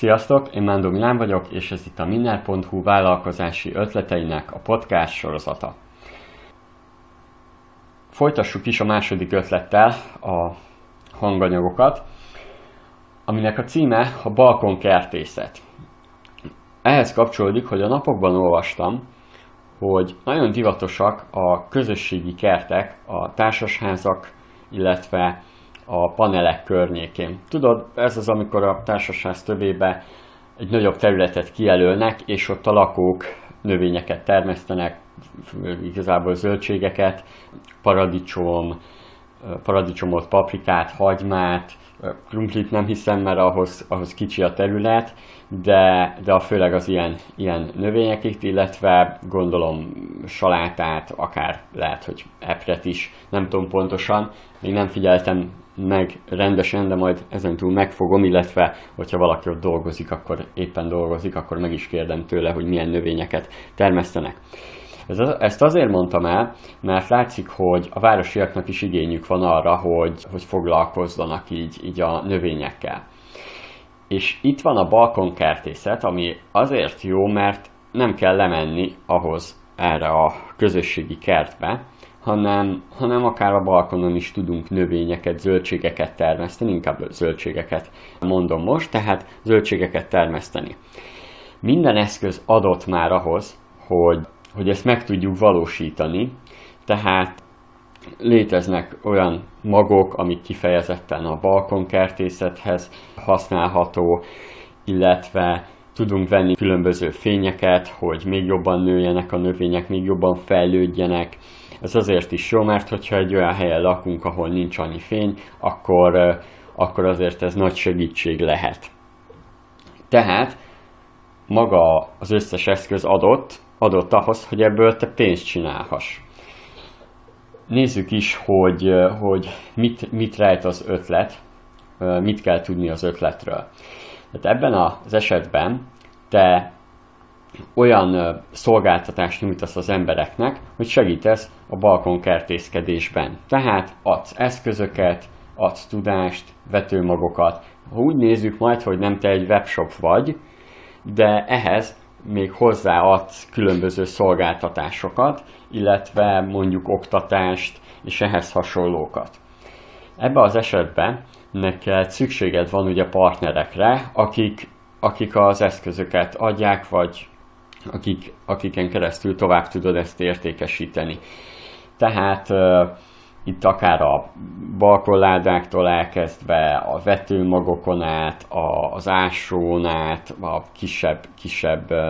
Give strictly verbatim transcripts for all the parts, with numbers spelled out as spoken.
Sziasztok, én Mándor Milán vagyok, és ez itt a Minner pont hu vállalkozási ötleteinek a podcast sorozata. Folytassuk is a második ötlettel a hanganyagokat, aminek a címe a balkonkertészet. Ehhez kapcsolódik, hogy a napokban olvastam, hogy nagyon divatosak a közösségi kertek, a társasházak, illetve a panelek környékén. Tudod, ez az, amikor a társasház tövébe egy nagyobb területet kijelölnek, és ott a lakók növényeket termesztenek, igazából zöldségeket, paradicsom, paradicsomot, paprikát, hagymát, krumplit nem hiszem, mert ahhoz, ahhoz kicsi a terület, de, de a főleg az ilyen, ilyen növényeket, illetve gondolom salátát, akár lehet, hogy epret is, nem tudom pontosan, még nem figyeltem meg rendesen, de majd ezentúl megfogom, illetve hogyha valaki ott dolgozik, akkor éppen dolgozik, akkor meg is kérdem tőle, hogy milyen növényeket termesztenek. Ezt azért mondtam el, mert látszik, hogy a városiaknak is igényük van arra, hogy, hogy foglalkozzanak így, így a növényekkel. És itt van a balkonkertészet, ami azért jó, mert nem kell lemenni ahhoz erre a közösségi kertbe, hanem, hanem akár a balkonon is tudunk növényeket, zöldségeket termeszteni, inkább zöldségeket mondom most, tehát zöldségeket termeszteni. Minden eszköz adott már ahhoz, hogy, hogy ezt meg tudjuk valósítani, tehát léteznek olyan magok, amik kifejezetten a balkonkertészethez használható, illetve tudunk venni különböző fényeket, hogy még jobban nőjenek a növények, még jobban fejlődjenek. Ez azért is jó, mert hogyha egy olyan helyen lakunk, ahol nincs annyi fény, akkor, akkor azért ez nagy segítség lehet. Tehát maga az összes eszköz adott, adott ahhoz, hogy ebből te pénzt csinálhass. Nézzük is, hogy, hogy mit, mit rejt az ötlet, mit kell tudni az ötletről. Tehát ebben az esetben te olyan szolgáltatást nyújtasz az embereknek, hogy segítesz a balkonkertészkedésben. Tehát adsz eszközöket, adsz tudást, vetőmagokat. Ha úgy nézzük majd, hogy nem te egy webshop vagy, de ehhez még hozzáadsz különböző szolgáltatásokat, illetve mondjuk oktatást és ehhez hasonlókat. Ebben az esetben neked szükséged van ugye partnerekre, akik, akik az eszközöket adják, vagy akik, akiken keresztül tovább tudod ezt értékesíteni. Tehát uh, itt akár a balkonládáktól elkezdve a vetőmagokon át, a, az ásón át, a kisebb, kisebb uh,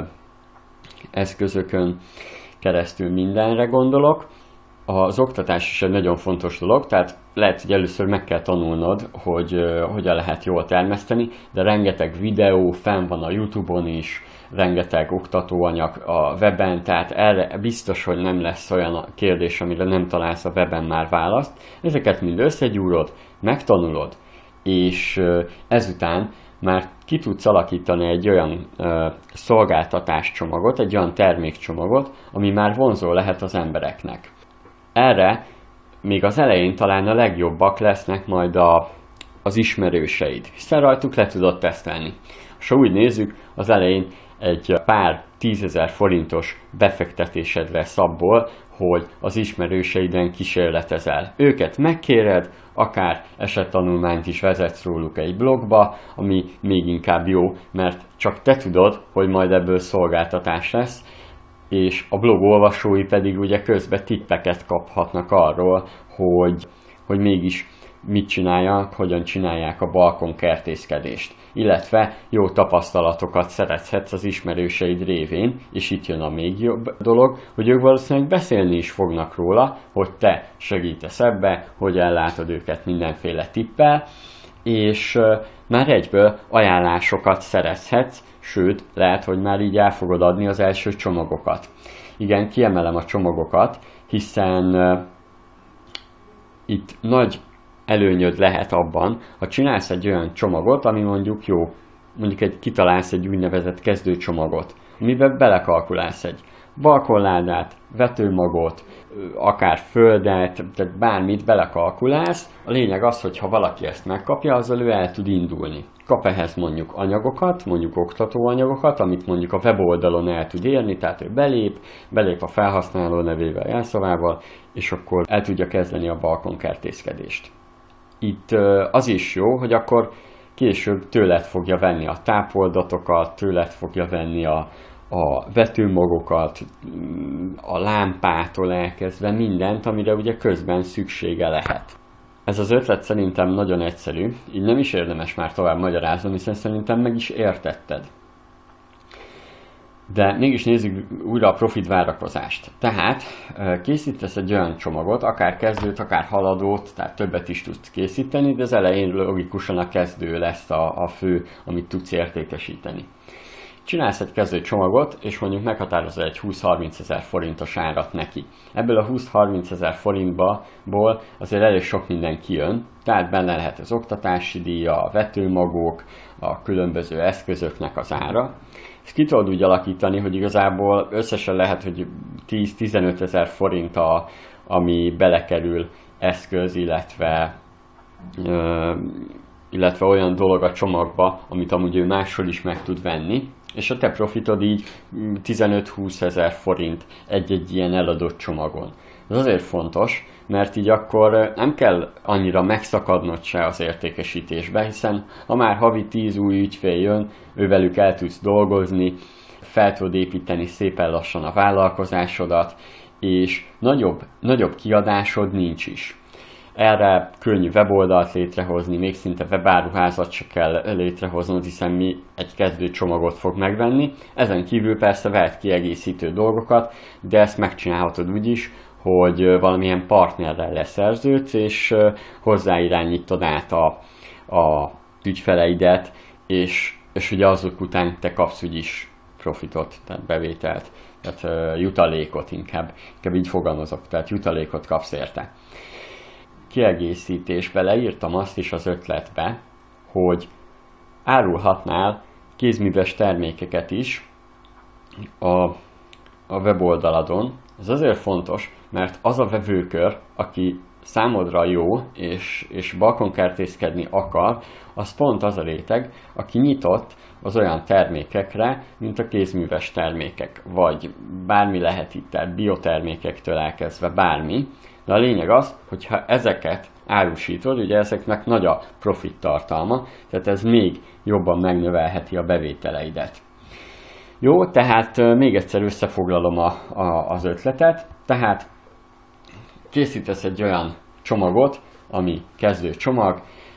eszközökön keresztül mindenre gondolok. Az oktatás is egy nagyon fontos dolog, tehát lehet, hogy először meg kell tanulnod, hogy uh, hogyan lehet jól termeszteni, de rengeteg videó fenn van a YouTube-on is, rengeteg oktatóanyag a weben, tehát erre biztos, hogy nem lesz olyan kérdés, amire nem találsz a weben már választ. Ezeket mind összegyúrod, megtanulod, és uh, ezután már ki tudsz alakítani egy olyan uh, szolgáltatáscsomagot, egy olyan termékcsomagot, ami már vonzó lehet az embereknek. Erre még az elején talán a legjobbak lesznek majd a, az ismerőseid, hiszen rajtuk le tudod tesztelni. Ha úgy nézzük, az elején egy pár tízezer forintos befektetésed lesz abból, hogy az ismerőseiden kísérletezel. Őket megkéred, akár esettanulmányt is vezetsz róluk egy blogba, ami még inkább jó, mert csak te tudod, hogy majd ebből szolgáltatás lesz, és a blog olvasói pedig ugye közben tippeket kaphatnak arról, hogy, hogy mégis mit csinálják, hogyan csinálják a balkonkertészkedést. Illetve jó tapasztalatokat szerezhetsz az ismerőseid révén, és itt jön a még jobb dolog, hogy ők valószínűleg beszélni is fognak róla, hogy te segítesz ebbe, hogy ellátod őket mindenféle tippel, és már egyből ajánlásokat szerezhetsz, sőt, lehet, hogy már így el fogod adni az első csomagokat. Igen, kiemelem a csomagokat, hiszen uh, itt nagy előnyöd lehet abban, ha csinálsz egy olyan csomagot, ami mondjuk jó, mondjuk egy, kitalálsz egy úgynevezett kezdőcsomagot, amiben belekalkulálsz egy balkonládát, vetőmagot, akár földet, tehát bármit belekalkulálsz. A lényeg az, hogy ha valaki ezt megkapja, azzal ő el tud indulni. kap ehhez mondjuk anyagokat, mondjuk oktatóanyagokat, amit mondjuk a weboldalon el tud érni, tehát ő belép, belép a felhasználó nevével, jelszavával, és akkor el tudja kezdeni a balkonkertészkedést. Itt az is jó, hogy akkor később tőled fogja venni a tápoldatokat, tőled fogja venni a, a vetőmagokat, a lámpától elkezdve mindent, amire ugye közben szüksége lehet. Ez az ötlet szerintem nagyon egyszerű, így nem is érdemes már tovább magyaráznom, hiszen szerintem meg is értetted. De mégis nézzük újra a profit várakozást. Tehát készítesz egy olyan csomagot, akár kezdőt, akár haladót, tehát többet is tudsz készíteni, de az elején logikusan a kezdő lesz a, a fő, amit tudsz értékesíteni. Csinálsz egy kezdő csomagot, és mondjuk meghatározol egy húsz-harminc ezer forintos árat neki. Ebből a húsz-harminc ezer forintból azért elég sok minden kijön, tehát benne lehet az oktatási díja, a vetőmagok, a különböző eszközöknek az ára. Ezt ki tudod úgy alakítani, hogy igazából összesen lehet, hogy tíz-tizenöt ezer forint, a, ami belekerül eszköz, illetve, ö, illetve olyan dolog a csomagba, amit amúgy ő máshol is meg tud venni, és a te profitod így tizenöt-húsz ezer forint egy-egy ilyen eladott csomagon. Ez azért fontos, mert így akkor nem kell annyira megszakadnod se az értékesítésbe, hiszen ha már havi tíz új ügyfél jön, ővelük el tudsz dolgozni, fel tudod építeni szépen lassan a vállalkozásodat, és nagyobb, nagyobb kiadásod nincs is. Erre könnyű weboldalt létrehozni, még szinte webáruházat se kell létrehoznod, hiszen mi egy kezdő csomagot fog megvenni. Ezen kívül persze vehet kiegészítő dolgokat, de ezt megcsinálhatod úgy is, hogy valamilyen partnerrel leszerződsz, és hozzáirányítod át a, a ügyfeleidet, és, és ugye azok után te kapsz úgyis profitot, tehát bevételt, tehát jutalékot inkább, inkább így fogalmazok, tehát jutalékot kapsz érte. Kiegészítésbe leírtam azt is az ötletbe, hogy árulhatnál kézműves termékeket is a, a weboldaladon. Ez azért fontos, mert az a vevőkör, aki számodra jó, és, és balkonkertészkedni akar, az pont az a réteg, aki nyitott az olyan termékekre, mint a kézműves termékek, vagy bármi lehet itt, tehát biotermékektől elkezdve bármi. De a lényeg az, hogyha ezeket árusítod, ugye ezeknek nagy a profit tartalma, tehát ez még jobban megnövelheti a bevételeidet. Jó, tehát még egyszer összefoglalom a, a, az ötletet, tehát készítesz egy olyan csomagot, ami kezdő csomag,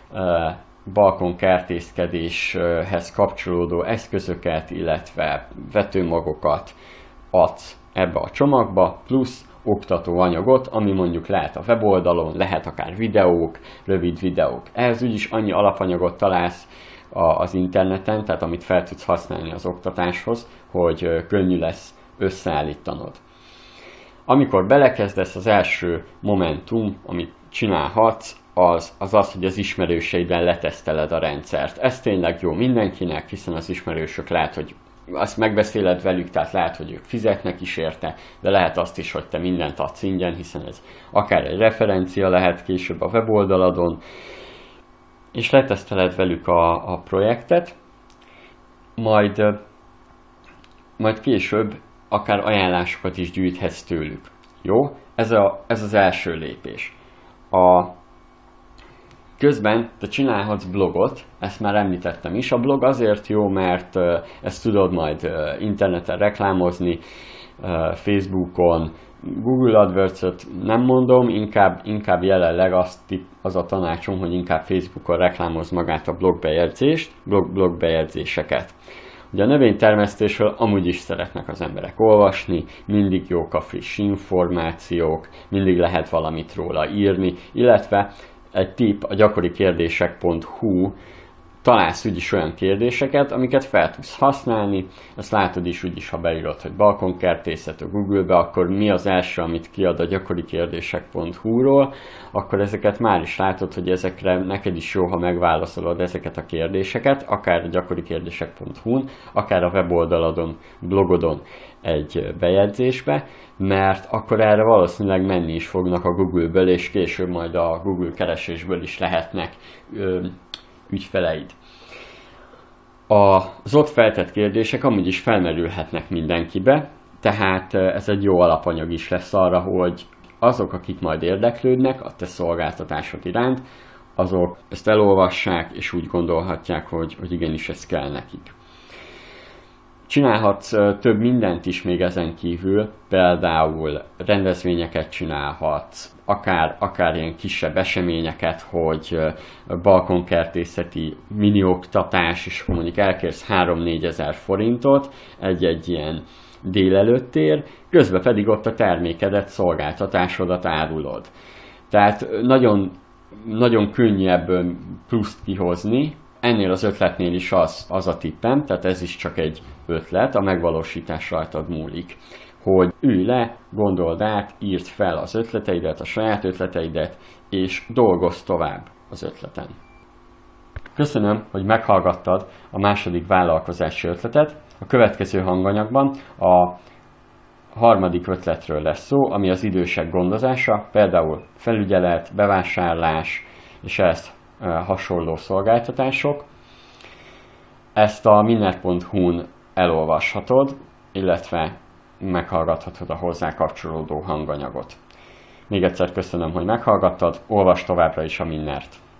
balkonkertészkedéshez kapcsolódó eszközöket, illetve vetőmagokat adsz ebbe a csomagba, plusz oktató anyagot, ami mondjuk lehet a weboldalon, lehet akár videók, rövid videók. Ehhez úgyis annyi alapanyagot találsz az interneten, tehát amit fel tudsz használni az oktatáshoz, hogy könnyű lesz összeállítanod. Amikor belekezdesz, az első momentum, amit csinálhatsz, az, az az, hogy az ismerőseiden leteszteled a rendszert. Ez tényleg jó mindenkinek, hiszen az ismerősök lehet, hogy azt megbeszéled velük, tehát lehet, hogy ők fizetnek is érte, de lehet azt is, hogy te mindent adsz ingyen, hiszen ez akár egy referencia lehet később a weboldaladon, és leteszteled velük a, a projektet, majd, majd később akár ajánlásokat is gyűjthetsz tőlük. Jó? Ez, a, ez az első lépés. A Közben te csinálhatsz blogot, ezt már említettem is. A blog azért jó, mert ezt tudod majd interneten reklámozni, Facebookon, Google AdWords-öt nem mondom, inkább, inkább jelenleg az, az a tanácsom, hogy inkább Facebookon reklámozz magát a blogbejegyzést, blog, blogbejegyzéseket. Ugye a növénytermesztésről amúgy is szeretnek az emberek olvasni, mindig jók a friss információk, mindig lehet valamit róla írni, illetve egy tipp, a gyakorikérdések pont hu, találsz úgyis olyan kérdéseket, amiket fel tudsz használni. Ezt látod is úgyis, ha beírod, hogy balkonkertészet a Google-be, akkor mi az első, amit kiad a gyakorikérdések pont hu-ról, akkor ezeket már is látod, hogy ezekre neked is jó, ha megválaszolod ezeket a kérdéseket, akár a gyakorikérdések pont hu-n, akár a weboldaladon, blogodon egy bejegyzésbe, mert akkor erre valószínűleg menni is fognak a Google-ből, és később majd a Google keresésből is lehetnek ö, ügyfeleid. Az ott feltett kérdések amúgy is felmerülhetnek mindenkibe, tehát ez egy jó alapanyag is lesz arra, hogy azok, akik majd érdeklődnek a te szolgáltatásod iránt, azok ezt elolvassák, és úgy gondolhatják, hogy, hogy igenis ez kell nekik. Csinálhatsz több mindent is még ezen kívül, például rendezvényeket csinálhatsz, akár, akár ilyen kisebb eseményeket, hogy balkonkertészeti minioktatás, és akkor mondjuk elkérsz három-négy ezer forintot egy-egy ilyen délelőttér, közben pedig ott a termékedet, szolgáltatásodat árulod. Tehát nagyon, nagyon könnyű ebből pluszt kihozni. Ennél az ötletnél is az, az a tippem, tehát ez is csak egy ötlet, a megvalósítás rajtad múlik, hogy ülj le, gondold át, írd fel az ötleteidet, a saját ötleteidet, és dolgozz tovább az ötleten. Köszönöm, hogy meghallgattad a második vállalkozási ötletet. A következő hanganyagban a harmadik ötletről lesz szó, ami az idősek gondozása, például felügyelet, bevásárlás és ezt hasonló szolgáltatások. Ezt a minnet pont hu-n elolvashatod, illetve meghallgathatod a hozzá kapcsolódó hanganyagot. Még egyszer köszönöm, hogy meghallgattad, olvasd továbbra is a Minnert.